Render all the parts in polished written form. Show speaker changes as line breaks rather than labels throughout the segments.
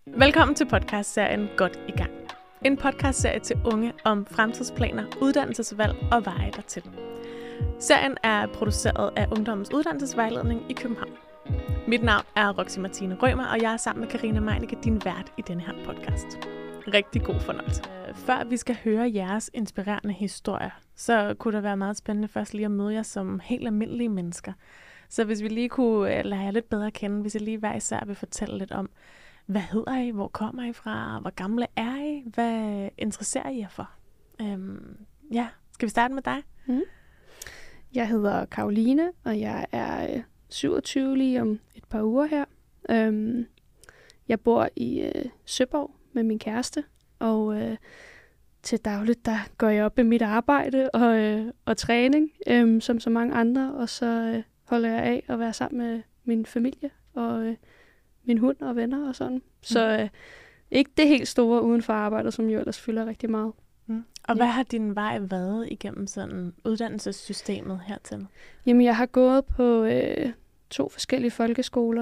Velkommen til podcastserien Godt i gang. En podcastserie til unge om fremtidsplaner, uddannelsesvalg og veje dertil. Serien er produceret af Ungdommens Uddannelsesvejledning i København. Mit navn er Roxy Martine Rømer, og jeg er sammen med Karina Meinicke, din vært i denne her podcast. Rigtig god fornøjelse. Før vi skal høre jeres inspirerende historier, så kunne det være meget spændende først lige at møde jer som helt almindelige mennesker. Så hvis vi lige kunne lære jer lidt bedre at kende, hvis I lige hver især vil fortælle lidt om, hvad hedder I? Hvor kommer I fra? Hvor gamle er I? Hvad interesserer I jer for? Skal vi starte med dig?
Mm. Jeg hedder Karoline, og jeg er 27 lige om et par uger her. Jeg bor i Søborg med min kæreste, og til dagligt der går jeg op i mit arbejde og træning, som så mange andre, og så holder jeg af at være sammen med min familie og min hund og venner og sådan. Så ikke det helt store uden for arbejdet, som jo ellers fylder rigtig meget.
Og hvad har din vej været igennem sådan uddannelsessystemet hertil?
Jamen, jeg har gået på 2 forskellige folkeskoler,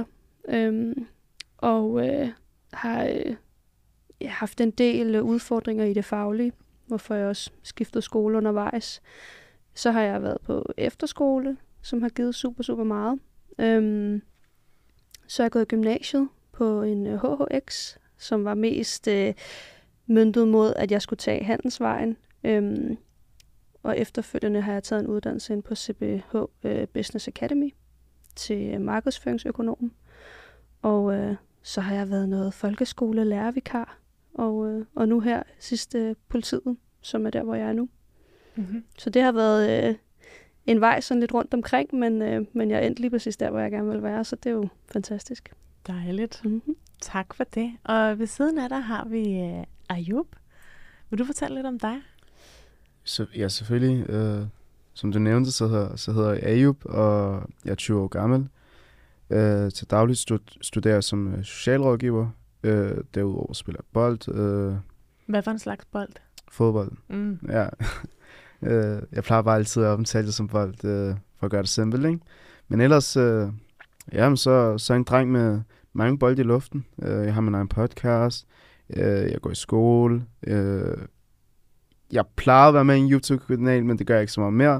og har haft en del udfordringer i det faglige, hvorfor jeg også skiftede skole undervejs. Så har jeg været på efterskole, som har givet super meget. Så har jeg gået i gymnasiet på en HHX, som var mest møntet mod, at jeg skulle tage handelsvejen. Og efterfølgende har jeg taget en uddannelse ind på CBH Business Academy til markedsføringsøkonom. Og så har jeg været noget folkeskole lærervikar, og nu her sidste politiet, som er der, hvor jeg er nu. Mm-hmm. Så det har været en vej sådan lidt rundt omkring, men jeg er endt lige præcis der, hvor jeg gerne vil være, så det er jo fantastisk.
Dejligt. Mm-hmm. Tak for det. Og ved siden af dig har vi Ayub. Vil du fortælle lidt om dig?
Ja, selvfølgelig. Som du nævnte, så hedder jeg Ayub, og jeg er 20 år gammel. Til dagligt studerer jeg som socialrådgiver. Derudover spiller jeg bold.
Hvad for en slags bold?
Fodbold. Ja. Jeg plejer bare altid at omtale det som bold, for at gøre det simpelt, ikke? Men ellers, så er jeg en dreng med mange bolde i luften. Jeg har min egen podcast. Jeg går i skole. Jeg plejer at være med i en YouTube-kanal, men det gør jeg ikke så meget mere.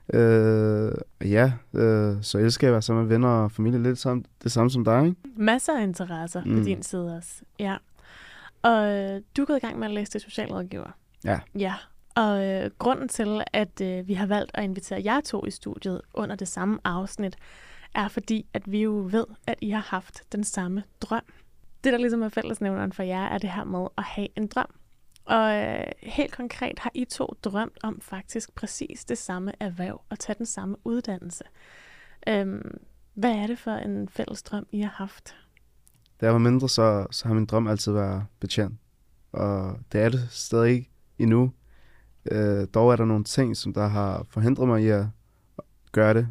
Så elsker jeg at være sammen med venner og familie, lidt det samme som dig, ikke?
Masser af interesser på din side også. Ja. Og du er gået i gang med at læse til socialrådgiver.
Ja.
Ja. Og grunden til, at vi har valgt at invitere jer to i studiet under det samme afsnit, er fordi, at vi jo ved, at I har haft den samme drøm. Det, der ligesom er fællesnævneren for jer, er det her med at have en drøm. Og helt konkret har I to drømt om faktisk præcis det samme erhverv og tage den samme uddannelse. Hvad er det for en fælles drøm, I har haft?
Da jeg var mindre, så har min drøm altid været betjent. Og det er det stadig ikke endnu. Dog er der nogle ting, som der har forhindret mig i at gøre det.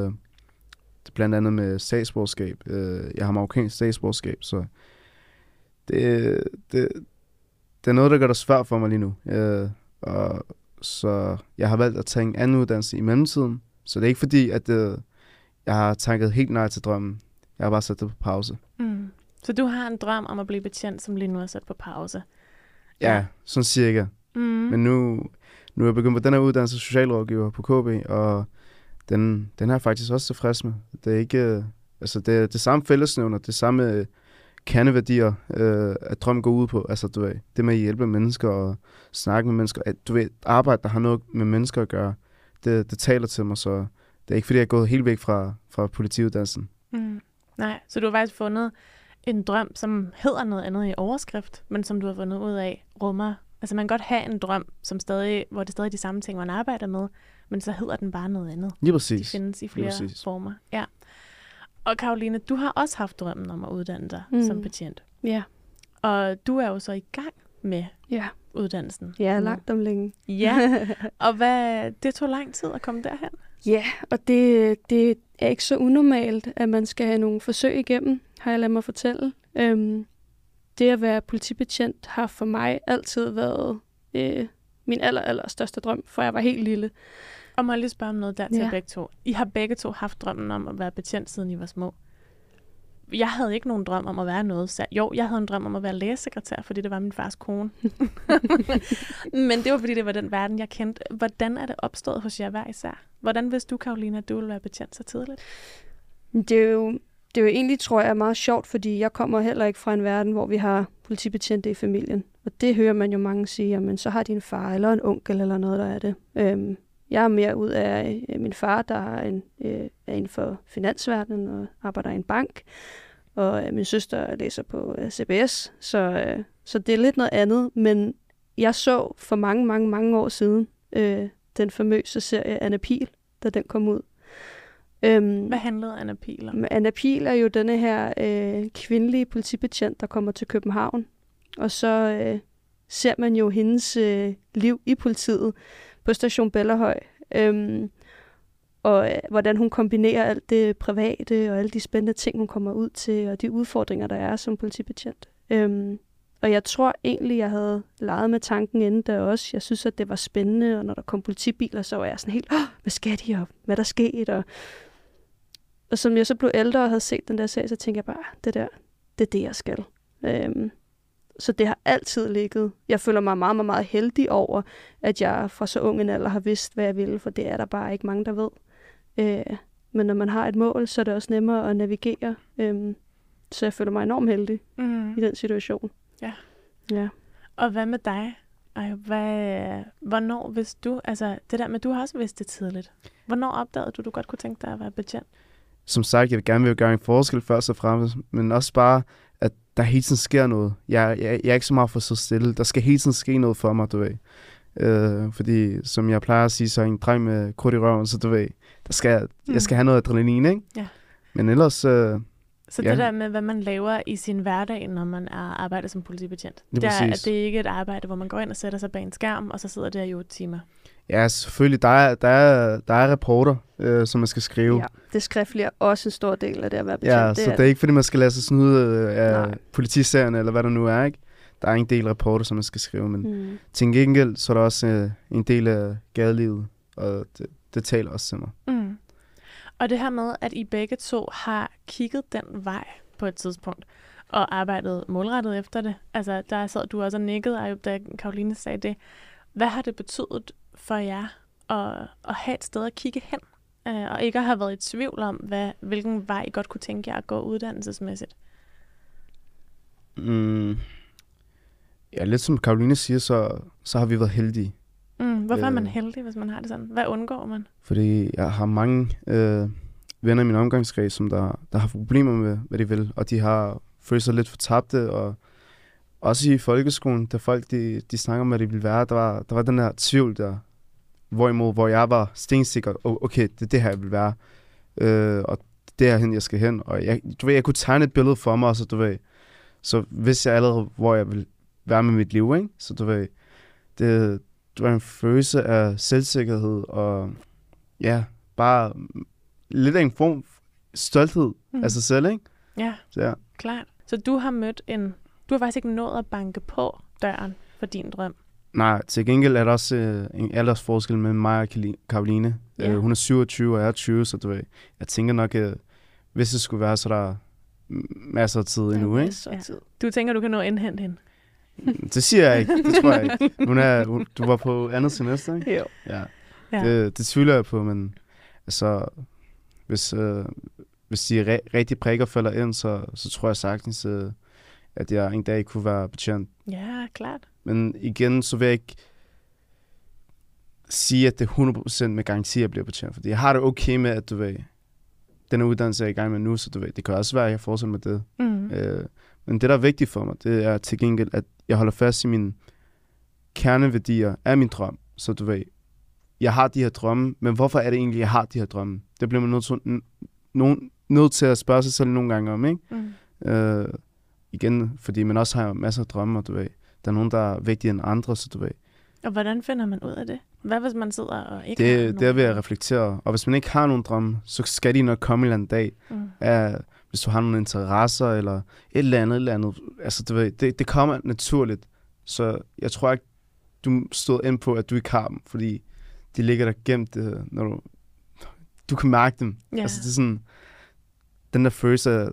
Blandt andet med statsborgerskab. Jeg har marokkansk statsborgerskab, så det er noget, der gør det svært for mig lige nu. Og så jeg har valgt at tage en anden uddannelse i mellemtiden. Så det er ikke fordi, at jeg har tanket helt nej til drømmen. Jeg har bare sat det på pause.
Så du har en drøm om at blive betjent, som lige nu er sat på pause?
Ja, sådan cirka. Men nu er jeg begyndt på den her uddannelse socialrådgiver på KB, og den er jeg faktisk også tilfreds med. Det er ikke, det er det samme fællesnævner, det samme kerneværdier, at drømmen går ud på. Altså, du ved, det med at hjælpe mennesker og snakke med mennesker. At, du ved, arbejde, der har noget med mennesker at gøre, det taler til mig, så det er ikke, fordi jeg er gået helt væk fra politiuddannelsen.
Nej, så du har faktisk fundet en drøm, som hedder noget andet i overskrift, men som du har fundet ud af rummer. Altså, man kan godt have en drøm, hvor det stadig er de samme ting, man arbejder med, men så hedder den bare noget andet.
Lige præcis.
De findes i flere former. Ja. Og Karoline, du har også haft drømmen om at uddanne dig som betjent.
Ja.
Og du er jo så i gang med uddannelsen.
Ja, langt om længe.
Ja, og det tog lang tid at komme derhen?
Ja, og det er ikke så unormalt, at man skal have nogle forsøg igennem, har jeg ladet mig fortælle. Det at være politibetjent har for mig altid været min aller største drøm, for jeg var helt lille.
Og må jeg lige spørge om noget der til begge to. I har begge to haft drømmen om at være betjent, siden I var små. jeg havde ikke nogen drøm om at være noget. Så jo, jeg havde en drøm om at være lægesekretær, fordi det var min fars kone. Men det var, fordi det var den verden, jeg kendte. Hvordan er det opstået hos jer hver især? Hvordan vidste du, Caroline, at du ville være betjent så tidligt?
Det er jo egentlig, tror jeg, meget sjovt, fordi jeg kommer heller ikke fra en verden, hvor vi har politibetjente i familien. Og det hører man jo mange sige, jamen så har din far eller en onkel eller noget, der er det. Jeg er mere ud af min far, der er inden for finansverdenen og arbejder i en bank. Og min søster læser på CBS, så det er lidt noget andet. Men jeg så for mange, mange, mange år siden den famøse serie Anna Pihl, da den kom ud.
Hvad handlede Anna Pihl om?
Anna Pihl er jo denne her kvindelige politibetjent, der kommer til København. Og så ser man jo hendes liv i politiet på Station Bellahøj. Og hvordan hun kombinerer alt det private og alle de spændende ting, hun kommer ud til, og de udfordringer, der er som politibetjent. Og jeg tror egentlig, jeg havde leget med tanken inden da også. Jeg synes, at det var spændende, og når der kom politibiler, så var jeg sådan helt, hvad skal de, og hvad der skete? Og som jeg så blev ældre og havde set den der serie, så tænkte jeg bare, det er det, jeg skal. Så det har altid ligget. Jeg føler mig meget, meget, meget heldig over, at jeg fra så ung en alder har vidst, hvad jeg ville, for det er der bare ikke mange, der ved. Men når man har et mål, så er det også nemmere at navigere. Så jeg føler mig enormt heldig i den situation. Ja.
Og hvad med dig? Hvornår vidste du, altså det der med, du har også vidst det tidligt. Hvornår opdagede du godt kunne tænke dig at være betjent?
Som sagt, jeg vil gerne gøre en forskel først og fremmest, men også bare, at der hele tiden sker noget. Jeg er ikke så meget for så stille. Der skal hele tiden ske noget for mig, du ved. Fordi, som jeg plejer at sige, så er jeg en dreng med krudt i røven, så du ved, jeg skal have noget adrenalin, ikke?
Ja.
Men ellers...
Så det der med, hvad man laver i sin hverdag, når man arbejder som politibetjent, det er ikke et arbejde, hvor man går ind og sætter sig bag en skærm, og så sidder der i 8 timer.
Ja, selvfølgelig. Der er rapporter, som man skal skrive.
Ja, det skriftlige er også en stor del af det at være betjent.
Ja, så det er ikke, fordi man skal lade sig snyde af politiserierne, eller hvad der nu er, ikke? Der er en del rapporter, som man skal skrive, men til gengæld, så er der også en del af gadelivet, og det taler også til mig.
Mm. Og det her med, at I begge to har kigget den vej på et tidspunkt, og arbejdet målrettet efter det. Altså, der sad du også og nikkede, Ayub, da Caroline sagde det. Hvad har det betydet for jer at have et sted at kigge hen, og ikke at have været i tvivl om, hvilken vej I godt kunne tænke jer at gå uddannelsesmæssigt?
Ja, lidt som Caroline siger, så har vi været heldige.
Hvorfor er man heldig, hvis man har det sådan? Hvad undgår man?
Fordi jeg har mange venner i min omgangskreds, som der har problemer med, hvad de vil, og de har følt sig lidt fortabte, og også i folkeskolen, da folk de snakker om, hvad de vil være, der var den her tvivl der, hvor jeg var stensikker, okay, det er det her, jeg vil være, og det er hen, jeg skal hen, og jeg kunne tegne et billede for mig, så vidste jeg allerede, hvor jeg vil være med mit liv, ikke? Så du ved, det var en følelse af selvsikkerhed, og ja, bare lidt af en form stolthed af sig selv, ikke?
Ja,
så,
klart. Så du har faktisk ikke nået at banke på døren for din drøm?
Nej, til gengæld er der også en aldersforskel mellem mig og Caroline. Yeah. Hun er 27, og jeg er 20, så du ved, jeg tænker nok, hvis det skulle være, så der masser af tid endnu, ikke?
Ja. Du tænker, du kan nå indhente hende?
Det siger jeg ikke. Det tror jeg ikke. Du var på andet semester, ikke?
Jo.
Ja. Det tvivler jeg på, men altså, hvis de rigtig prikker falder ind, så tror jeg sagtens, at jeg en dag kunne være betjent.
Ja, klart.
Men igen, så vil jeg ikke sige, at det er 100% med garanti, at jeg bliver betjent. Fordi jeg har det okay med, at du ved, den uddannelse er i gang med nu, så du ved, det kan også være, at jeg fortsætter med det. Men det, der er vigtigt for mig, det er til gengæld, at jeg holder fast i mine kerneværdier af min drøm. Så du ved, jeg har de her drømme, men hvorfor er det egentlig, jeg har de her drømme? Det bliver man nødt til at spørge sig selv nogle gange om, ikke? Igen, fordi man også har masser af drømme, og du ved, der er nogen, der er vigtigere end andre, så du ved.
Og hvordan finder man ud af det? Hvad hvis man sidder og ikke har nogen?
Det er ved at reflektere. Og hvis man ikke har nogen drømme, så skal de nok komme en eller anden dag. Hvis du har nogle interesser, eller et eller andet. Altså, du ved, det kommer naturligt. Så jeg tror ikke, du stod ind på, at du ikke har dem, fordi de ligger der gemt, når du kan mærke dem.
Yeah.
Altså, det er sådan, den der følelse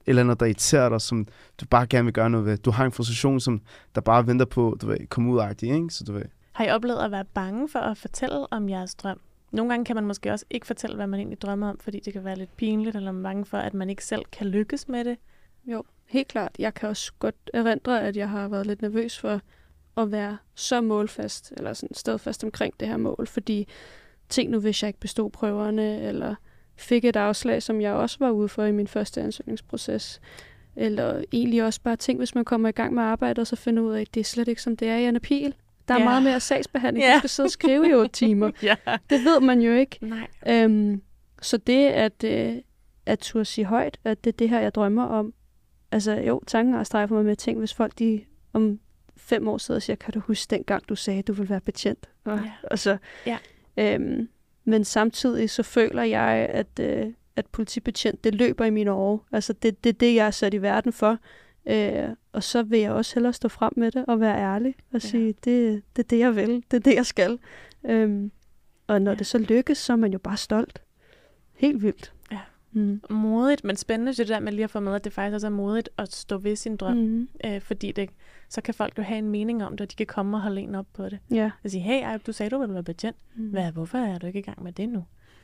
eller andet, der irriterer dig, som du bare gerne vil gøre noget ved. Du har en frustration, som der bare venter på, du ved, komme ud-agtigt, ikke? Så du ved.
Har I oplevet at være bange for at fortælle om jeres drøm? Nogle gange kan man måske også ikke fortælle, hvad man egentlig drømmer om, fordi det kan være lidt pinligt, eller man er bange for, at man ikke selv kan lykkes med det.
Jo, helt klart. Jeg kan også godt erindre, at jeg har været lidt nervøs for at være så målfast, eller sådan stedfast omkring det her mål, fordi tænk nu, hvis jeg ikke bestod prøverne, eller fik et afslag, som jeg også var ude for i min første ansøgningsproces. Eller egentlig også bare tænk, hvis man kommer i gang med arbejdet, og så finder ud af, at det er slet ikke, som det er i Anna Pihl. Der er meget mere sagsbehandling. Du skal sidde og skrive i 8 timer. Det ved man jo ikke.
Nej.
Så det, at turde sige højt, at det er det her, jeg drømmer om. Altså jo, tanken har strejfet mig med at tænke, hvis folk de om 5 år sidder og siger, kan du huske dengang, du sagde, at du ville være betjent? Og så, men samtidig så føler jeg, at politibetjent, det løber i mine år. Altså det er det, jeg er sat i verden for. Og så vil jeg også hellere stå frem med det og være ærlig og sige, det er det, jeg vil. Det er det, jeg skal. Og når det så lykkes, så er man jo bare stolt. Helt vildt.
Ja. Modigt, men spændende det der med lige at få med, at det faktisk også er modigt at stå ved sin drøm. Fordi så kan folk jo have en mening om det, og de kan komme og holde en op på det.
Ja.
Og sige, hey, du sagde, du ville være betjent. Hvorfor er du ikke i gang med det nu?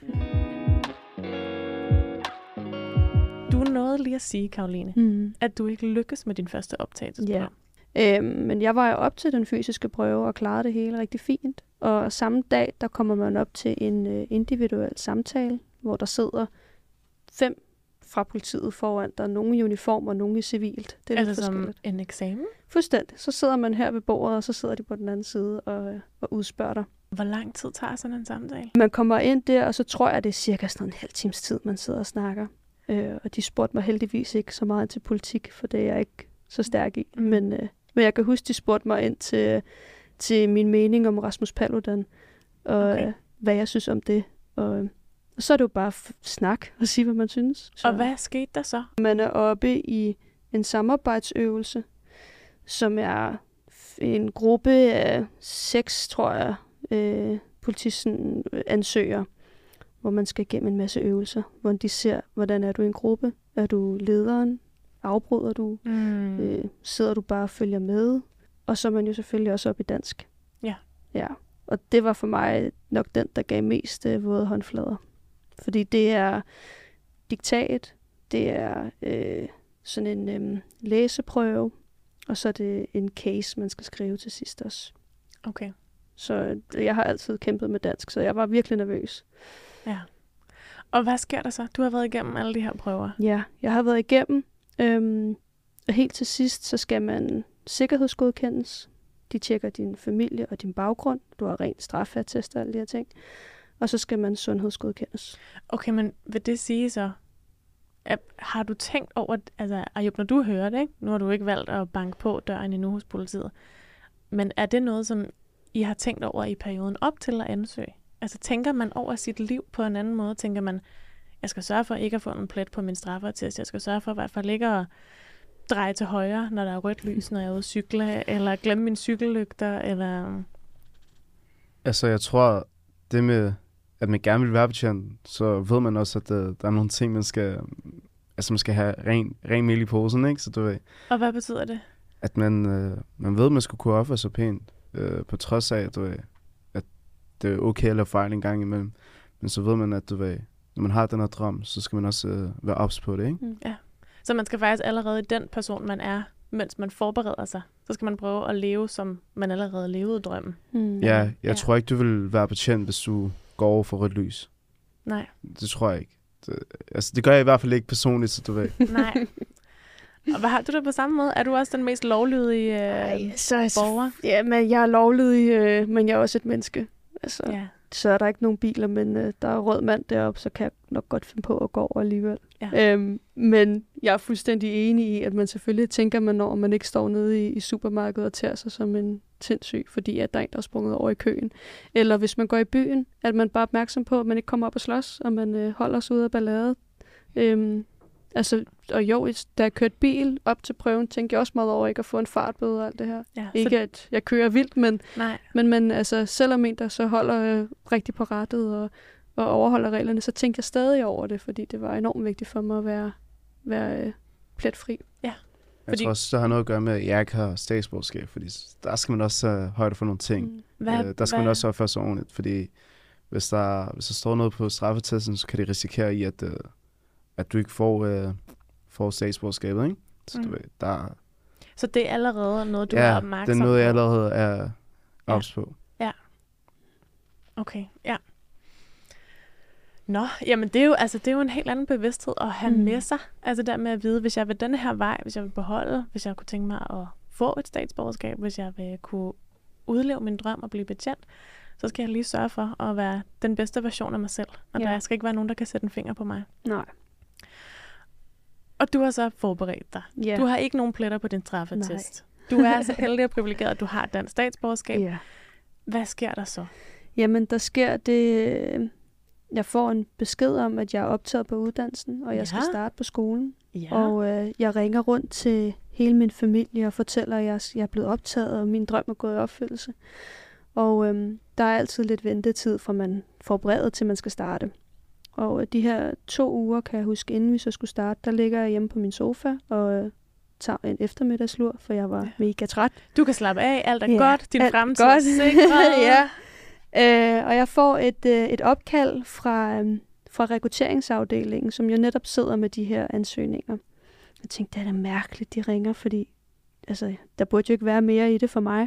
Du nåede lige at sige, Caroline, at du ikke lykkes med din første optagelsesprogram.
Men jeg var jo op til den fysiske prøve og klarede det hele rigtig fint. Og samme dag, der kommer man op til en individuel samtale, hvor der sidder 5 fra politiet foran. Der er nogle i uniform og nogle i civilt. Det er
altså som en eksamen?
Fuldstændig. Så sidder man her ved bordet, og så sidder de på den anden side og udspørger dig.
Hvor lang tid tager sådan en samtale?
Man kommer ind der, og så tror jeg, det er cirka sådan en halv times tid, man sidder og snakker. Og de spurgte mig heldigvis ikke så meget til politik, for det er jeg ikke så stærk i. Men jeg kan huske, de spurgte mig ind til min mening om Rasmus Paludan, og hvad jeg synes om det. Og så er det jo bare snak og sige, hvad man synes. Så.
Og hvad skete der så?
Man er oppe i en samarbejdsøvelse, som er en gruppe af 6, tror jeg, politisten ansøger, hvor man skal igennem en masse øvelser, hvor de ser, hvordan er du i en gruppe? Er du lederen? Afbryder du? Sidder du bare og følger med? Og så er man jo selvfølgelig også op i dansk. Ja. Og det var for mig nok den, der gav mest våde håndflader. Fordi det er diktat, det er sådan en læseprøve, og så er det en case, man skal skrive til sidst også.
Okay.
Så jeg har altid kæmpet med dansk, så jeg var virkelig nervøs.
Ja. Og hvad sker der så? Du har været igennem alle de her prøver.
Ja, jeg har været igennem. Og helt til sidst, så skal man sikkerhedsgodkendes. De tjekker din familie og din baggrund. Du har rent straffeattest og alle de her ting. Og så skal man sundhedsgodkendes.
Okay, men vil det sige så, har du tænkt over, altså Ayub, når du hører det, ikke? Nu har du ikke valgt at banke på døren endnu hos politiet, men er det noget, som I har tænkt over i perioden op til at ansøge? Altså tænker man over sit liv på en anden måde? Tænker man, jeg skal sørge for ikke at få en plet på min straffeattest, jeg skal sørge for i hvert fald ikke at dreje til højre, når der er rødt lys, når jeg er ude at cykle, eller glemme mine cykellygter, eller...
Altså, jeg tror, det med, at man gerne vil være betjent, så ved man også, at der er nogle ting, man skal have ren mel i posen, ikke? Så du ved.
Og hvad betyder det?
At man ved, at man skulle kunne opføre sig pænt, på trods af, du ved, at det er okay at lave fejl en gang imellem. Men så ved man, at du ved, når man har den her drøm, så skal man også være ops på det, ikke?
Ja. Så man skal faktisk allerede i den person, man er, mens man forbereder sig, så skal man prøve at leve, som man allerede levede drømmen.
Ja, jeg tror ikke, du vil være betjent, hvis du går over for rødt lys.
Nej.
Det tror jeg ikke. Det gør jeg i hvert fald ikke personligt, så du ved.
Nej. Og hvad har du det på samme måde? Er du også den mest lovlydige borger?
Ja, men jeg er lovlydig, men jeg er også et menneske. Altså, så er der ikke nogen biler, men der er rød mand deroppe, så kan jeg nok godt finde på at gå over alligevel. Ja. Men jeg er fuldstændig enig i, at man selvfølgelig tænker, når man ikke står nede i supermarkedet og tager sig som en sindssyg, fordi at der er en, der er sprunget over i køen. Eller hvis man går i byen, at man bare er opmærksom på, at man ikke kommer op og slås, og man holder sig ude af ballade. Og jo, da jeg kørte bil op til prøven, tænkte jeg også meget over ikke at få en fartbøde og alt det her. Ja, ikke at jeg kører vildt, men altså, selvom en, der så holder rigtig på rattet og overholder reglerne, så tænkte jeg stadig over det, fordi det var enormt vigtigt for mig at være pletfri.
Jeg tror også, det har noget at gøre med, at jeg ikke har statsborgerskab, fordi der skal man også højde for nogle ting. Der skal man også opføre sig ordentligt, fordi hvis der står noget på straffetesten, så kan det risikere i, at du ikke får statsborgerskabet, ikke? Så, du ved,
så det er allerede noget, du er opmærksom på?
Ja, det er noget, jeg allerede er ops på.
Ja. Okay, ja. Nå, jamen det er jo en helt anden bevidsthed at have med sig. Altså der med at vide, hvis jeg vil denne her vej, hvis jeg vil beholde, hvis jeg kunne tænke mig at få et statsborgerskab, hvis jeg vil kunne udleve min drøm og blive betjent, så skal jeg lige sørge for at være den bedste version af mig selv. Og der skal ikke være nogen, der kan sætte en finger på mig.
Nej.
Og du har så forberedt dig.
Yeah.
Du har ikke nogen pletter på din straffetest. Du er så heldig og privilegeret, at du har dansk statsborgerskab.
Yeah. Hvad
sker der så?
Jamen, der sker det... Jeg får en besked om, at jeg er optaget på uddannelsen, og jeg skal starte på skolen.
Ja.
Og jeg ringer rundt til hele min familie og fortæller, at jeg er blevet optaget, og min drøm er gået i opfyldelse. Og der er altid lidt ventetid, fra man får brevet til man skal starte. Og de her 2 uger, kan jeg huske, inden vi så skulle starte, der ligger jeg hjemme på min sofa og tager en eftermiddagslur, for jeg var mega træt.
Du kan slappe af, alt er godt, din fremtid er sikret.
Ja. Og jeg får et opkald fra rekrutteringsafdelingen, som jo netop sidder med de her ansøgninger. Jeg tænkte, det er da mærkeligt, de ringer, fordi der burde jo ikke være mere i det for mig.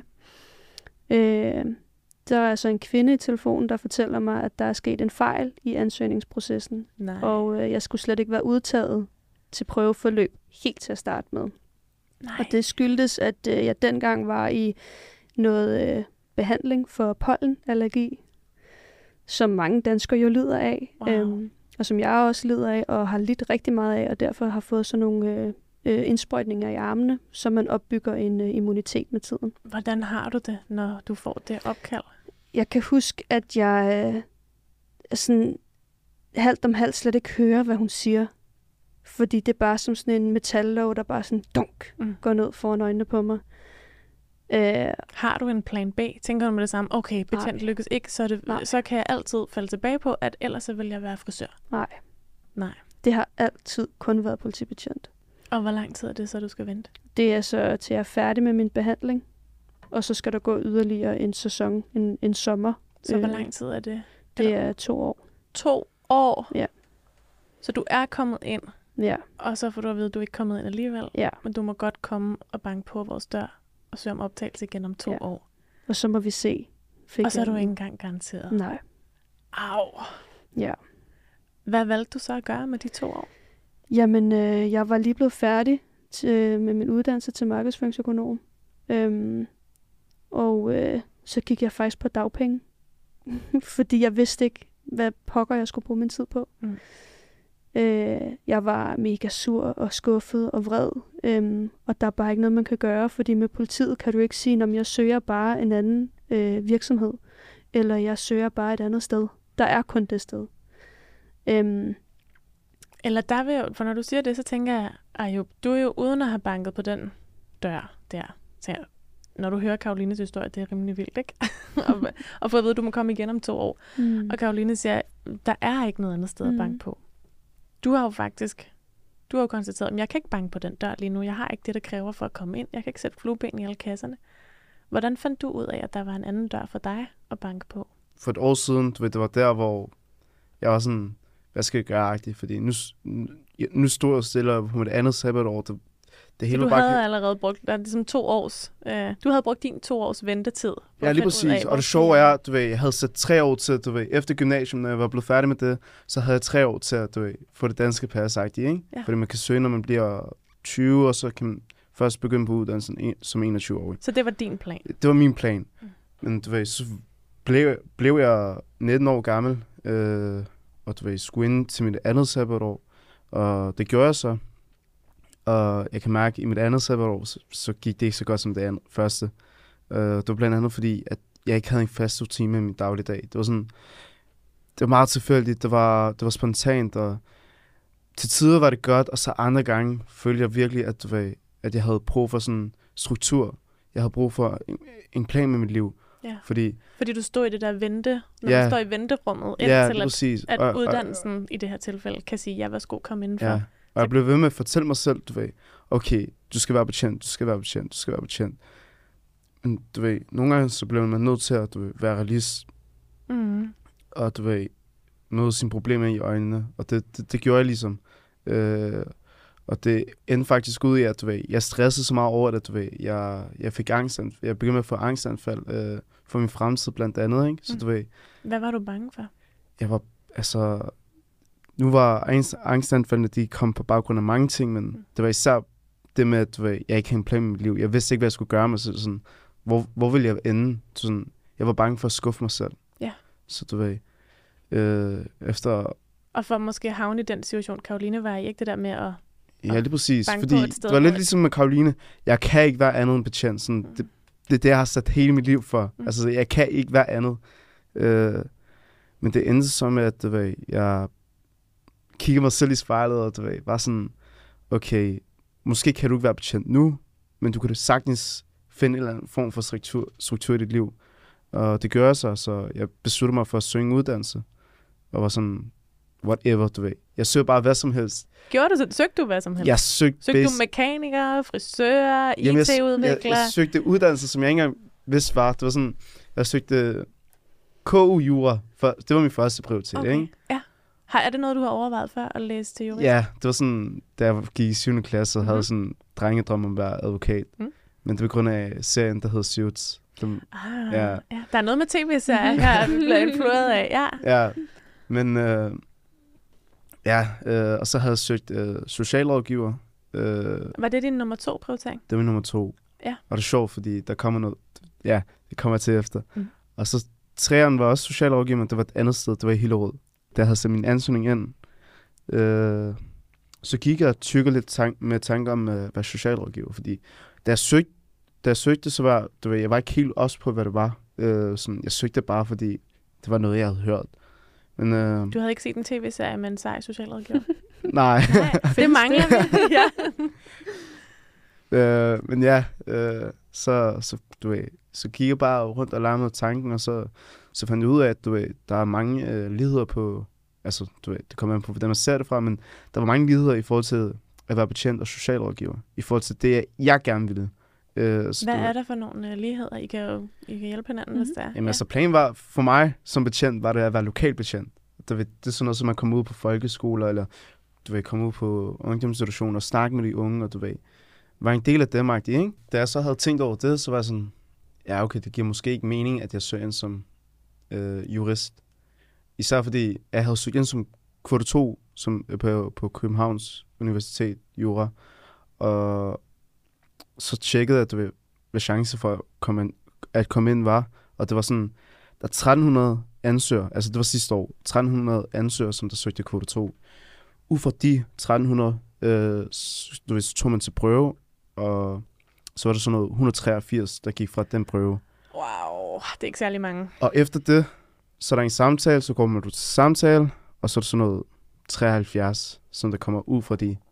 Der er altså en kvinde i telefonen, der fortæller mig, at der er sket en fejl i ansøgningsprocessen.
Nej.
Og jeg skulle slet ikke være udtaget til prøveforløb helt til at starte med.
Nej.
Og det skyldtes, at jeg dengang var i noget behandling for pollenallergi, som mange danskere jo lider af.
Wow.
Og som jeg også lider af, og har lidt rigtig meget af, og derfor har fået sådan nogle indsprøjtninger i armene, så man opbygger en immunitet med tiden.
Hvordan har du det, når du får det opkald?
Jeg kan huske, at jeg sådan halvt om halvt slet ikke hører, hvad hun siger. Fordi det er bare som sådan en metallåg, der bare sådan dunk går ned foran øjnene på mig.
Har du en plan B? Tænker du med det samme? Okay, betjent lykkes ikke, så kan jeg altid falde tilbage på, at ellers så vil jeg være frisør. Nej.
Det har altid kun været politibetjent.
Og hvor lang tid er det så, du skal vente?
Det er så til jeg er færdig med min behandling. Og så skal der gå yderligere en sæson, en sommer.
Så hvor lang tid er det?
Det er 2 år.
2 år?
Ja.
Så du er kommet ind?
Ja.
Og så får du at vide, at du ikke er kommet ind alligevel?
Ja.
Men du må godt komme og banke på vores dør og søge om optagelse igen om 2 år. Og
så må vi se.
Og så er du ikke engang garanteret?
Nej.
Au.
Ja. Hvad
valgte du så at gøre med de 2 år?
Jamen, jeg var lige blevet færdig med min uddannelse til markedsføringsøkonom. Så gik jeg faktisk på dagpenge. Fordi jeg vidste ikke, hvad pokker jeg skulle bruge min tid på. Jeg var mega sur og skuffet og vred. Og der er bare ikke noget, man kan gøre. Fordi med politiet kan du ikke sige, at jeg søger bare en anden virksomhed. Eller jeg søger bare et andet sted. Der er kun det sted.
Eller der vil jo, for når du siger det, så tænker jeg, Ayub, du er jo uden at have banket på den dør der. Så når du hører Karolines historie, det er rimelig vildt, ikke? og få at vide, at du må komme igen om 2 år. Og Karoline siger, der er ikke noget andet sted at banke på. Du har jo konstateret, at jeg kan ikke banke på den dør lige nu. Jeg har ikke det, der kræver for at komme ind. Jeg kan ikke sætte flueben i alle kasserne. Hvordan fandt du ud af, at der var en anden dør for dig at banke på?
For et år siden, det var der, hvor jeg var sådan, hvad skal jeg gøre-agtigt? Fordi nu stod jeg stille på mit andet sabbatår. Det hele
du
var bare
havde allerede brugt ligesom 2 års... du havde brugt din 2 års ventetid.
Ja, lige præcis. Og det sjove er, jeg havde sat 3 år til, efter gymnasium, når jeg var blevet færdig med det, så havde jeg 3 år til at få det danske pas-agtigt, ikke? Ja. Fordi man kan søge, når man bliver 20, og så kan man først begynde på uddannelsen som 21-årig.
Så det var din plan?
Det var min plan. Men så blev jeg 19 år gammel, og skulle ind til mit andet sabbatår, og det gjorde jeg så. Og jeg kan mærke, at i mit andet sabbatår, så gik det ikke så godt som det første. Det var blandt andet fordi, at jeg ikke havde en fast rutine i min dagligdag. Det var meget tilfældigt, det var spontant, og til tider var det godt, og så andre gange følte jeg virkelig, at jeg havde brug for sådan en struktur. Jeg havde brug for en plan med mit liv.
Ja.
Fordi
du stod i det der du står i venterummet, indtil at uddannelsen i det her tilfælde kan sige, ja, værsgo, kom indenfor. Ja.
Og jeg blev ved med at fortælle mig selv, du ved, okay, du skal være betjent, du skal være betjent, du skal være betjent. Men du ved, nogle gange så bliver man nødt til at være realist. Og du ved, møde sine problemer i øjnene. Og det gjorde jeg ligesom. Og det endte faktisk ud i, at du ved, jeg stressede så meget over det, du ved. Jeg fik angstanfald. Jeg begyndte med at få angstanfald for min fremtid blandt andet, ikke? Så du ved.
Hvad var du bange for?
Jeg var, altså... Nu var angstanfaldene, de kom på baggrund af mange ting, men det var især det med, at du ved, jeg ikke havde en plan med mit liv. Jeg vidste ikke, hvad jeg skulle gøre med sådan, hvor ville jeg ende? Sådan, jeg var bange for at skuffe mig selv.
Ja.
Så du ved, efter...
Og for måske at havne i den situation, Karoline var i, ikke det der med at...
Ja, lige præcis.
Fordi
det var lidt ligesom med Karoline. Jeg kan ikke være andet end betjent. Sådan, det er det, jeg har sat hele mit liv for. Altså, jeg kan ikke være andet. Men det endte så med, at du ved, jeg kigger mig selv i spejlet, og du ved, var sådan, okay, måske kan du ikke være betjent nu, men du kan da sagtens finde en eller anden form for struktur i dit liv. Og det gør jeg så jeg besluttede mig for at søge en uddannelse. Og var sådan, whatever, du ved. Jeg søger bare hvad som helst.
Søgte du hvad som helst?
Jeg søgte
du mekaniker, frisør, IT-udvikler?
Jeg søgte uddannelse, som jeg ikke engang vidste var. Det var sådan, jeg søgte KU-jura. Det var min første prioritet,
okay.
Ikke?
Ja. Er det noget, du har overvejet før at læse til jurist?
Ja, det var sådan, da jeg gik i 7. klasse, og havde sådan en drengedrøm om at være advokat. Men det var på grund af serien, der hed Suits.
Ja. Der er noget med tv-serier, jeg bliver influeret af.
Ja, men og så havde jeg søgt socialrådgiver.
Var det din nummer 2 prioritering?
Det var min nummer 2.
Ja. Og
det er sjovt, fordi der kommer noget... Ja, det kommer jeg til efter. Og så 3'eren var også socialrådgiver, men det var et andet sted. Det var i Hillerød. Der havde sendt min ansøgning ind. Så gik jeg og tykkede lidt med tanker om at være socialrådgiver, fordi da jeg søgte, så var jeg var ikke helt også på, hvad det var. Sådan, jeg søgte bare, fordi det var noget, jeg havde hørt. Men,
du havde ikke set en tv-serie med en sej socialrådgiver?
Nej.
Det mangler vi.
Ja. Men ja, så gik jeg bare rundt og larmede tanken, og så fandt jeg ud af, at der er mange ligheder på, altså det kommer an på, hvordan man ser det fra, men der var mange ligheder i forhold til at være betjent og socialrådgiver, i forhold til det, jeg gerne ville.
Hvad er der for nogle ligheder? I kan hjælpe hinanden, hvis det er.
Jamen altså, planen var for mig som betjent, var det at være lokalbetjent. Det er sådan noget, som man kommer ud på folkeskoler, eller komme ud på ungdomsinstitutioner og snakke med de unge, og var en del af dem, ikke? Da jeg så havde tænkt over det, så var jeg sådan, ja okay, det giver måske ikke mening, at jeg søger ind som jurist. Især fordi jeg havde søgt ind som kvote 2 på Københavns Universitet, jura, og så tjekkede jeg, hvad chance for at komme ind var, og det var sådan, der er 1300 ansøgere, altså det var sidste år, 1300 ansøgere, som der søgte kvote 2. Ud fra de 1300, så tog man til prøve, og så var der sådan noget 183, der gik fra den prøve.
Wow, det er ikke særlig mange.
Og efter det, så er der en samtale, så går man til samtale, og så er der sådan noget 73, som der kommer ud fra de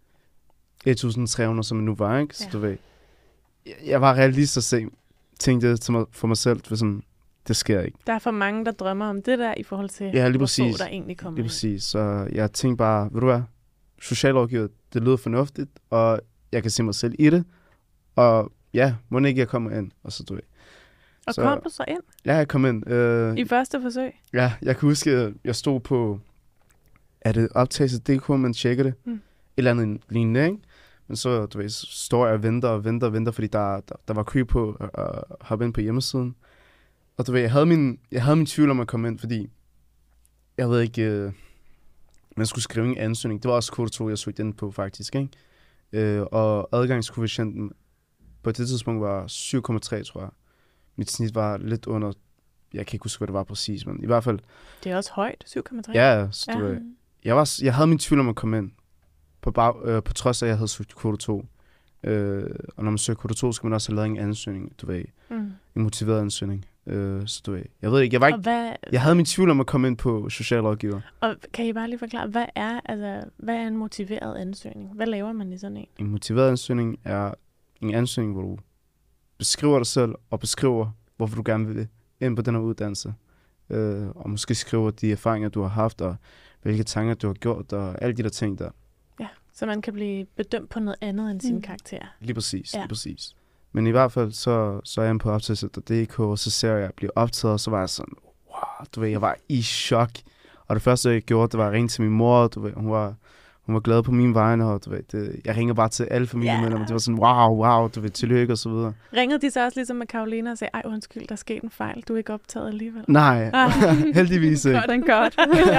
1300, som man nu var, ikke? Så du ved, jeg var realist og tænkte for mig selv, sådan, det sker ikke.
Der er for mange, der drømmer om det der, i forhold til,
hvor få
der egentlig kommer
lige præcis. Så jeg tænkte bare, ved du hvad, socialrådgiver, det lyder fornuftigt, og jeg kan se mig selv i det, og ja, må ikke jeg kommer ind, og så du ved.
Og kom du så ind?
Ja, jeg kom ind.
I første forsøg?
Ja, jeg kan huske, at jeg stod på, er det optagelse.dk, man tjekker det? Et eller andet lignende, ikke? Men så, står jeg og venter, fordi der var kø på at hoppe ind på hjemmesiden. Og jeg havde min tvivl om at komme ind, fordi jeg ved ikke, man skulle skrive en ansøgning. Det var også kvote 2, jeg søgte ind på faktisk, ikke? Og adgangskoefficienten på det tidspunkt var 7,3, tror jeg. Mit snit var lidt under, jeg kan ikke huske, hvad det var præcis, men i hvert fald.
Det er også højt, 7,3.
Ja, så jeg havde min tvivl om at komme ind, på trods af, at jeg havde søgt kvote 2. Og når man søger kvote 2, skal man også have lavet en ansøgning, en motiveret ansøgning. Så jeg ved ikke, jeg havde min tvivl om at komme ind på socialrådgiver.
Og kan I bare lige forklare, hvad er en motiveret ansøgning? Hvad laver man i sådan en?
En motiveret ansøgning er en ansøgning, hvor du beskriver dig selv og beskriver, hvorfor du gerne vil ind på den her uddannelse. Og måske skriver de erfaringer, du har haft, og hvilke tanker du har gjort, og alle de der ting der.
Ja. Så man kan blive bedømt på noget andet end sine karakterer.
Lige præcis,
Ja.
lige præcis. Men i hvert fald, så er jeg på optagelse.dk, og så ser jeg blive optaget, og så var jeg sådan, wow, du ved, jeg var i chok. Og det første, jeg gjorde, det var at ringe til min mor, du ved, hun var glad på mine vegne, og du ved, jeg ringer bare til alle familiemedlemmer, det var sådan, wow, du ved, tillykke og så videre.
Ringede de så også ligesom med Karoline og sagde, ej undskyld, der er sket en fejl, du er ikke optaget alligevel?
Nej, heldigvis ikke.
Godt.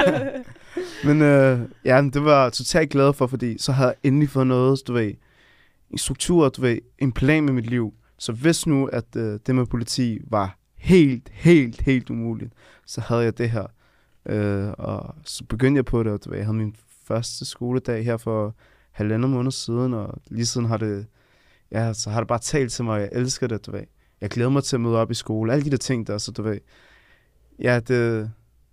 Men ja, det var jeg totalt glad for, fordi så havde jeg endelig fået noget, du ved, en struktur, du ved, en plan med mit liv. Så hvis nu, at det med politi var helt umuligt, så havde jeg det her. Og så begyndte jeg på det, og du ved, jeg havde min første skoledag her for 1,5 måned siden, og lige siden har det, ja, så har det bare talt til mig, og jeg elsker det, du ved. Jeg glæder mig til at møde op i skole, alle de der ting der, så du ved, ja, det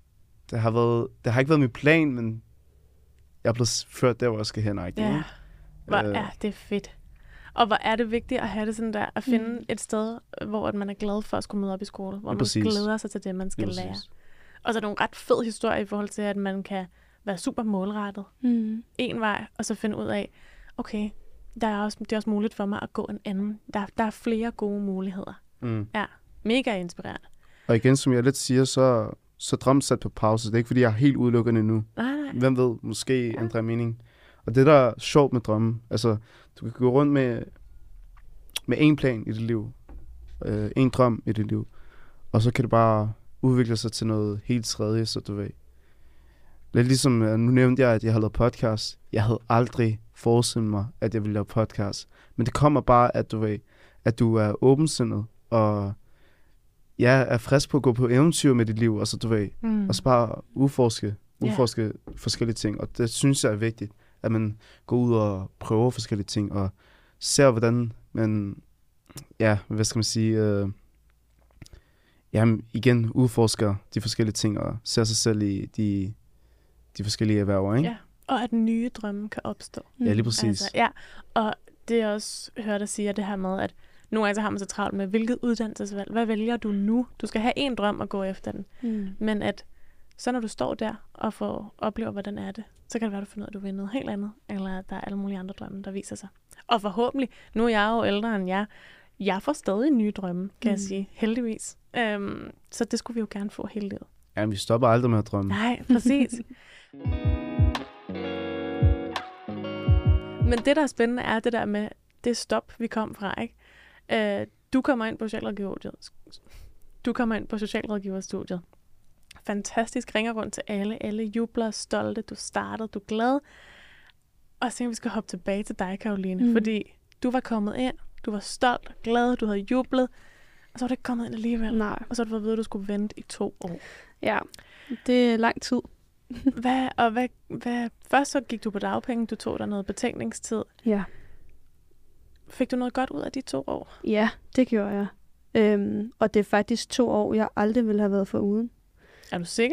har ikke været min plan, men jeg er blevet ført der, hvor jeg skal hen, ikke?
Ja, hvor er det fedt. Og hvor er det vigtigt at have det sådan der, at finde et sted, hvor man er glad for at skulle møde op i skole, hvor man glæder sig til det, man skal lære. Og så er det nogle ret fed historie i forhold til, at man kan være super målrettet en vej, og så finde ud af, okay, det er også muligt for mig at gå en anden. Der er flere gode muligheder. Ja, mega inspirerende.
Og igen, som jeg lidt siger, så drømmen sat på pause. Det er ikke, fordi jeg er helt udelukkende nu.
Nej.
Hvem ved, måske ændrer mening. Og det, der er sjovt med drømmen, altså, du kan gå rundt med en plan i dit liv, en drøm i dit liv, og så kan det bare udvikle sig til noget helt tredje, så du ved. Lidt ligesom, nu nævnte jeg, at jeg har lavet podcast. Jeg havde aldrig forestillet mig, at jeg ville lave podcast. Men det kommer bare, at du ved, at du er åbensindet, og jeg er frisk på at gå på eventyr med dit liv, og så du ved, og så bare udforske forskellige ting. Og det synes jeg er vigtigt, at man går ud og prøver forskellige ting, og ser, hvordan man, ja, hvad skal man sige, igen udforsker de forskellige ting, og ser sig selv i de forskellige erhverv, ikke?
Ja, og at nye drømme kan opstå.
Ja, lige præcis.
Altså, ja, og det er også hørt at sige det her med, at nogle gange så har man så travlt med, hvilket uddannelsesvalg, hvad vælger du nu? Du skal have en drøm og gå efter den. Men at så når du står der og får oplever, hvordan er det, så kan det være, du finder ud af, at du vil noget helt andet, eller at der er alle mulige andre drømme, der viser sig. Og forhåbentlig, nu er jeg jo ældre end jer, jeg får stadig nye drømme, kan jeg sige, heldigvis. Så det skulle vi jo gerne få hele livet.
Ja, vi stopper aldrig med at drømme.
Nej, præcis. Men det, der er spændende, er det der med det stop, vi kom fra, ikke? Du kommer ind på socialrådgiverstudiet. Fantastisk, ringer rundt til alle jubler, stolte, du startede, du er glad. Og så tænker vi skal hoppe tilbage til dig, Karoline, fordi du var kommet ind, du var stolt, glad, du havde jublet, og så var du ikke kommet ind alligevel.
Nej.
Og så har du fået at vide, at du skulle vente i 2 år.
Ja, det er lang tid.
Først så gik du på dagpenge, du tog dig noget betænkningstid.
Ja. Fik
du noget godt ud af de 2 år?
Ja, det gjorde jeg. Og det er faktisk 2 år, jeg aldrig ville have været foruden.
Er du sikker?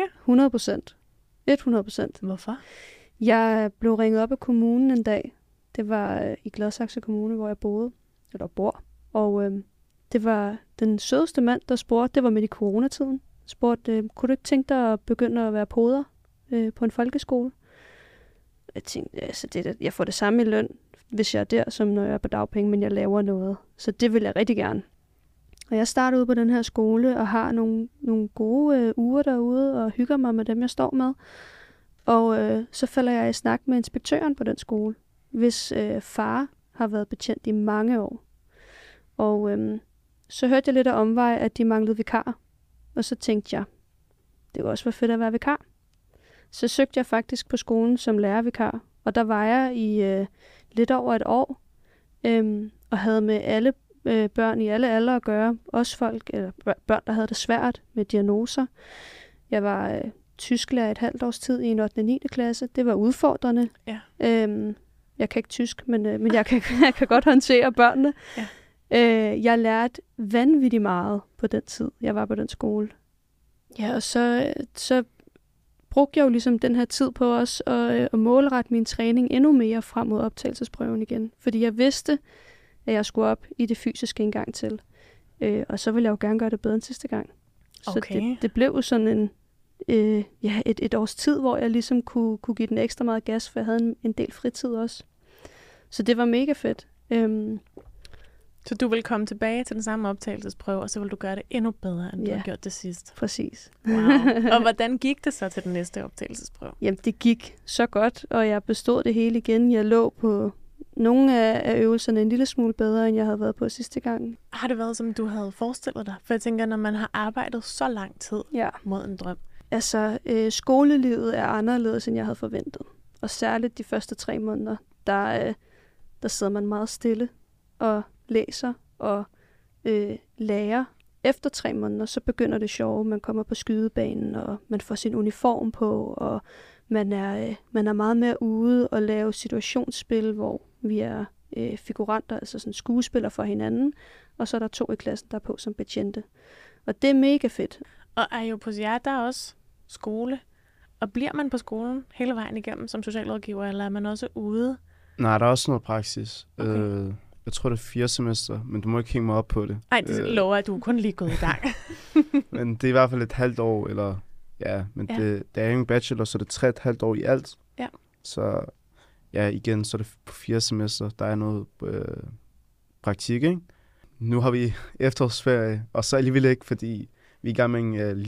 100%.
Hvorfor?
Jeg blev ringet op af kommunen en dag. Det var i Gladsaxe Kommune, hvor jeg bor. Og det var den sødeste mand, der spurgte, det var midt i coronatiden, spurgte, kunne du ikke tænke dig at begynde at være poder på en folkeskole? Jeg tænkte, altså jeg får det samme i løn, hvis jeg er der, som når jeg er på dagpenge, men jeg laver noget. Så det vil jeg rigtig gerne. Og jeg starter ud på den her skole og har nogle gode uger derude og hygger mig med dem, jeg står med. Og så falder jeg i snak med inspektøren på den skole, hvis far har været betjent i mange år. Og så hørte jeg lidt af omvej, at de manglede vikar. Og så tænkte jeg, det kunne også være fedt at være vikar. Så søgte jeg faktisk på skolen som lærervikar. Og der var jeg i lidt over 1 år. Og havde med alle børn i alle aldre at gøre. Også børn, der havde det svært med diagnoser. Jeg var tysklærer et halvt års tid i en 8. og 9. klasse. Det var udfordrende.
Ja.
Jeg kan ikke tysk, men jeg kan godt håndtere børnene. Ja. Jeg lærte vanvittigt meget på den tid, jeg var på den skole. Ja, og så brugte jeg jo ligesom den her tid på os at målrette min træning endnu mere frem mod optagelsesprøven igen. Fordi jeg vidste, at jeg skulle op i det fysiske en gang til. Og så ville jeg jo gerne gøre det bedre end sidste gang.
Okay.
Så det blev jo sådan et års tid, hvor jeg ligesom kunne give den ekstra meget gas, for jeg havde en del fritid også. Så det var mega fedt.
Så du vil komme tilbage til den samme optagelsesprøve, og så vil du gøre det endnu bedre, end du har gjort det sidst.
Præcis.
Wow. Og hvordan gik det så til den næste optagelsesprøve?
Jamen, det gik så godt, og jeg bestod det hele igen. Jeg lå på nogle af øvelserne en lille smule bedre, end jeg havde været på sidste gang.
Har det været, som du havde forestillet dig? For jeg tænker, når man har arbejdet så lang tid mod en drøm.
Altså, skolelivet er anderledes, end jeg havde forventet. Og særligt de første 3 måneder, der sidder man meget stille og læser og lærer. Efter 3 måneder, så begynder det sjove. Man kommer på skydebanen, og man får sin uniform på, og man er meget mere ude og lave situationsspil, hvor vi er figuranter, altså sådan skuespillere for hinanden, og så er der 2 i klassen, der er på som betjente. Og det er mega fedt.
Og er jo på jer, der er også skole. Og bliver man på skolen hele vejen igennem som socialrådgiver, eller er man også ude?
Nej, der er også noget praksis.
Okay.
Jeg tror, det er 4 semester, men du må ikke hænge mig op på det.
Nej, det lover jeg, at du er kun lige gået i gang.
Men det er i hvert fald et halvt år, eller men det er jo en bachelor, så det er 3,5 år i alt.
Ja.
Så igen, så er det på 4 semester, der er noget praktik, ikke? Nu har vi efterårsferie, og så alligevel ikke, fordi vi er i gang med en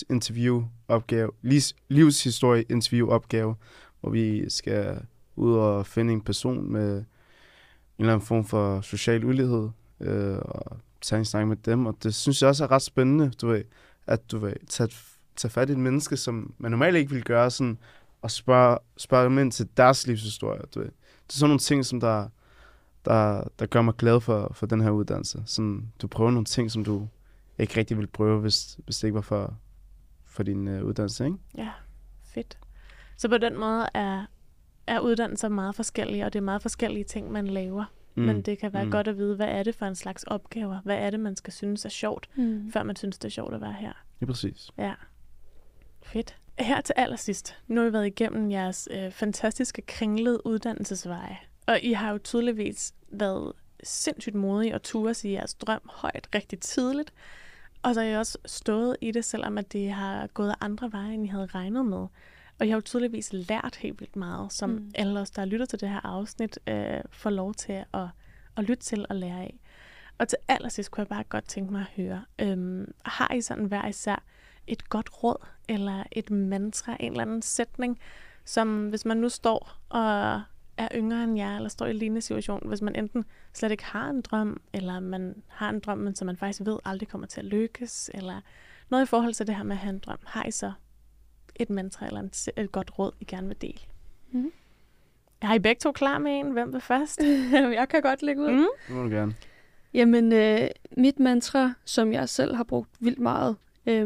livshistorie-interview-opgave, hvor vi skal ud og finde en person med en eller anden form for social ulighed, og tage en snak med dem, og det synes jeg også er ret spændende, at tage fat i et menneske, som man normalt ikke vil gøre, sådan, og spørge dem ind til deres livshistorie. Det er sådan nogle ting, som der gør mig glad for den her uddannelse. Sådan, du prøver nogle ting, som du ikke rigtig ville prøve, hvis det ikke var for din uddannelse, ikke?
Ja, fedt. Så på den måde er uddannelser meget forskellige, og det er meget forskellige ting, man laver. Men det kan være godt at vide, hvad er det for en slags opgaver? Hvad er det, man skal synes er sjovt, før man synes, det er sjovt at være her?
Ja, præcis.
Ja, fedt. Her til allersidst, nu har vi været igennem jeres fantastiske kringlede uddannelsesveje, og I har jo tydeligvis været sindssygt modige og turde i jeres drøm højt rigtig tidligt, og så har I også stået i det, selvom at det har gået andre veje, end I havde regnet med. Og jeg har jo tydeligvis lært helt vildt meget, som alle os, der lytter til det her afsnit, får lov til at lytte til og lære af. Og til allersidst kunne jeg bare godt tænke mig at høre, har I sådan hver især et godt råd, eller et mantra, en eller anden sætning, som hvis man nu står og er yngre end jer, eller står i en lignende situation, hvis man enten slet ikke har en drøm, eller man har en drøm, men som man faktisk ved aldrig kommer til at lykkes, eller noget i forhold til det her med at have en drøm, har I så et mantra eller et godt råd, I gerne vil dele? Er I begge to klar med en? Hvem vil først?
Jeg kan godt lægge ud.
Det må du gerne.
Jamen, mit mantra, som jeg selv har brugt vildt meget,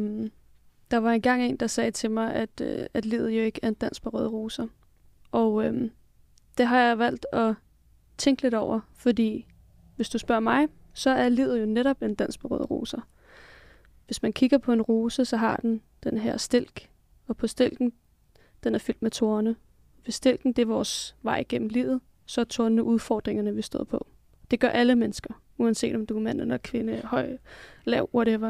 der var engang en, der sagde til mig, at livet jo ikke er en dans på røde roser. Og det har jeg valgt at tænke lidt over, fordi hvis du spørger mig, så er livet jo netop en dans på røde roser. Hvis man kigger på en rose, så har den her stilk, og på stilken, den er fyldt med torne. Hvis stilken, det er vores vej gennem livet, så er tornene udfordringerne, vi står på. Det gør alle mennesker, uanset om du er mand eller kvinde, høj, lav, whatever.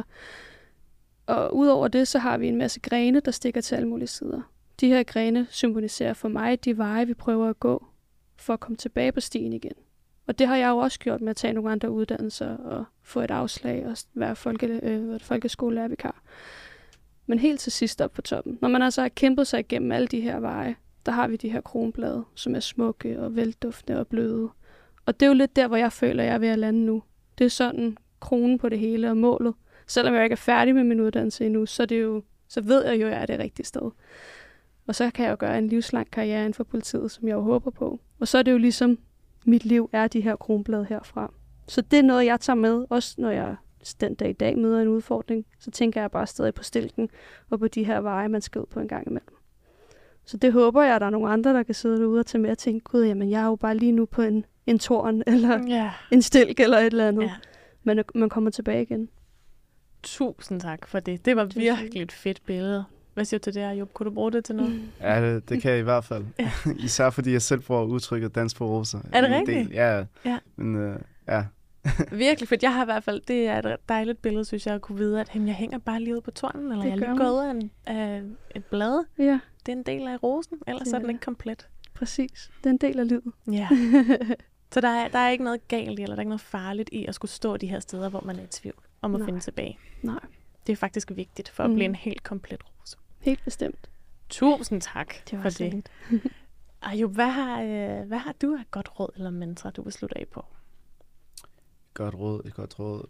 Og udover det, så har vi en masse grene, der stikker til alle mulige sider. De her grene symboliserer for mig de veje, vi prøver at gå, for at komme tilbage på stien igen. Og det har jeg jo også gjort med at tage nogle andre uddannelser og få et afslag og være folkeskolelærervikar. Men helt til sidst op på toppen. Når man altså har kæmpet sig igennem alle de her veje, der har vi de her kronblade, som er smukke og velduftende og bløde. Og det er jo lidt der, hvor jeg føler, jeg er ved at lande nu. Det er sådan kronen på det hele og målet. Selvom jeg ikke er færdig med min uddannelse endnu, så ved jeg jo, at jeg er det rigtige sted. Og så kan jeg jo gøre en livslang karriere inden for politiet, som jeg jo håber på. Og så er det jo ligesom, mit liv er de her kronblade herfra. Så det er noget, jeg tager med, også når jeg den dag i dag møder en udfordring. Så tænker jeg bare stadig på stilken og på de her veje, man skal ud på en gang imellem. Så det håber jeg, at der er nogle andre, der kan sidde derude og tage med og tænke, gud, jamen jeg er jo bare lige nu på en torn, eller en stilk, eller et eller andet. Ja. Men man kommer tilbage igen.
Tusind tak for det. Det var virkelig et fedt billede. Hvad siger du til det, Job? Kunne du bruge det til noget?
Ja, det kan jeg i hvert fald. Især fordi jeg selv bruger udtrykket dans på roser.
Er det rigtigt?
Ja. Men ja.
Virkelig fedt. Jeg har i hvert fald, det er et dejligt billede, synes jeg, at kunne vide, at jeg hænger bare lige ude på tornen, eller jeg er lige gået af et blad.
Ja.
Det er en del af rosen, ellers er den ikke komplet.
Præcis. Det er en del af livet.
Ja. Så der er ikke noget galt i, eller der er ikke noget farligt i at skulle stå de her steder, hvor man er i tvivl om at finde tilbage.
Nej.
Det er faktisk vigtigt for at blive en helt komplet rose.
Helt bestemt.
Tusind tak
for
det. Ayub, hvad har du af godt råd eller mantra, du vil slutte af på?
Et godt råd.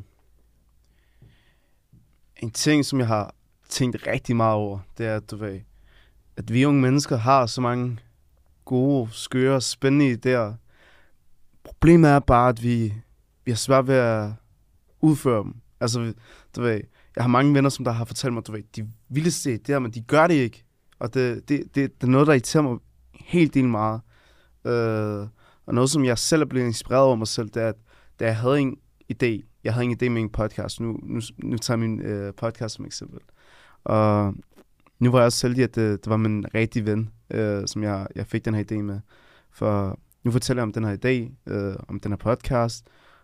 En ting, som jeg har tænkt rigtig meget over, det er, at vi unge mennesker har så mange gode, skøre, spændende idéer. Problemet er bare, at vi har svært ved at udføre dem. Altså, jeg har mange venner, som der har fortalt mig, de vildeste idéer, men de gør det ikke. Og det er noget, der irriterer mig helt del meget. Og noget, som jeg selv er blevet inspireret over mig selv, det er, at da jeg havde en idé, med en podcast. Nu tager jeg min podcast som eksempel. Og nu var jeg også selv i, at det var min rigtige ven, som jeg fik den her idé med. For nu fortæller jeg om den her idé, om den her podcast.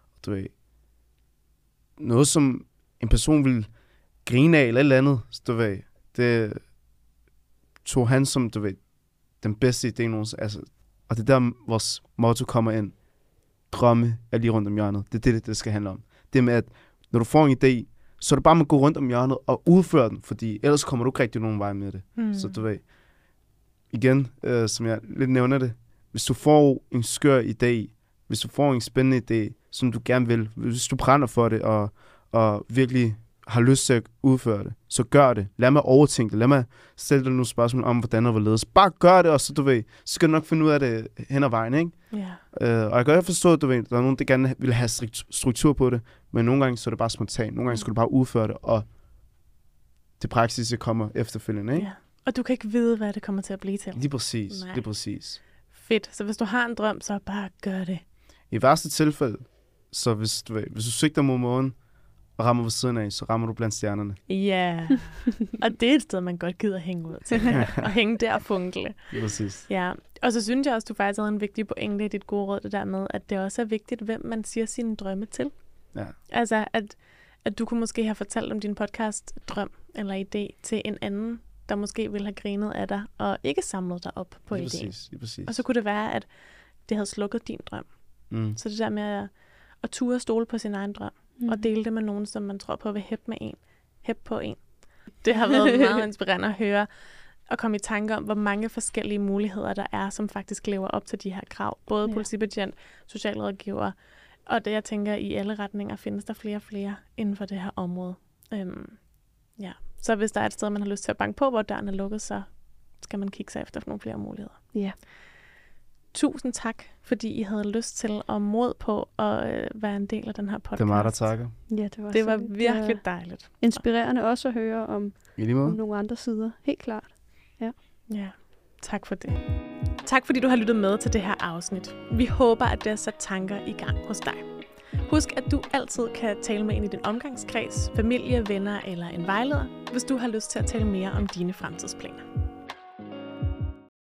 Noget, som en person vil grine af, eller et eller andet, det tog han som, den bedste idé nogensinde. Altså, og det er der, vores motto kommer ind. Drømme er lige rundt om hjørnet. Det er det skal handle om. Det med, at når du får en idé, så er det bare med at gå rundt om hjørnet og udføre den, fordi ellers kommer du ikke rigtig nogen vej med det. Så igen, som jeg lidt nævner det, hvis du får en skør idé, hvis du får en spændende idé, som du gerne vil, hvis du brænder for det, og virkelig har lyst til at udføre det, så gør det. Lad mig overtænke det. Lad mig stille dig nogle spørgsmål om, hvordan og hvorledes. Bare gør det, og så skal du nok finde ud af det hen ad vejen, ikke?
Yeah.
Og jeg kan godt forstå, at der er nogen, der gerne vil have struktur på det, men nogle gange så er det bare spontant. Nogle gange skal du bare udføre det, og det praksis kommer efterfølgende, ikke?
Yeah. Og du kan ikke vide, hvad det kommer til at blive til.
Lige præcis.
Fedt. Så hvis du har en drøm, så bare gør det.
I værste tilfælde, så hvis du sigter mod månen, og rammer ved siden af, så rammer du blandt stjernerne.
Ja, og det er et sted, man godt gider hænge ud til. Og hænge der og funkle.
Præcis.
Ja, og så synes jeg også, du faktisk havde en vigtig pointe i dit gode råd, det der med, at det også er vigtigt, hvem man siger sine drømme til.
Ja.
Altså, at du kunne måske have fortalt om din podcast-drøm eller idé til en anden, der måske ville have grinet af dig, og ikke samlet dig op på idéen.
Præcis.
Og så kunne det være, at det havde slukket din drøm. Så det der med at ture stole på sin egen drøm, og dele det med nogen, som man tror på vil hæppe på en. Det har været meget inspirerende at høre, og komme i tanke om, hvor mange forskellige muligheder der er, som faktisk lever op til de her krav. Både politibetjent, socialrådgiver, og det jeg tænker, i alle retninger findes der flere og flere inden for det her område. Så hvis der er et sted, man har lyst til at banke på, hvor døren er lukket, så skal man kigge sig efter nogle flere muligheder.
Ja.
Tusind tak, fordi I havde lyst til og mod på at være en del af den her podcast.
Det var mig, der takker.
Ja,
det var virkelig dejligt.
Inspirerende også at høre om nogle andre sider. Helt klart.
Ja, tak for det. Tak fordi du har lyttet med til det her afsnit. Vi håber, at det har sat tanker i gang hos dig. Husk, at du altid kan tale med en i din omgangskreds, familie, venner eller en vejleder, hvis du har lyst til at tale mere om dine fremtidsplaner.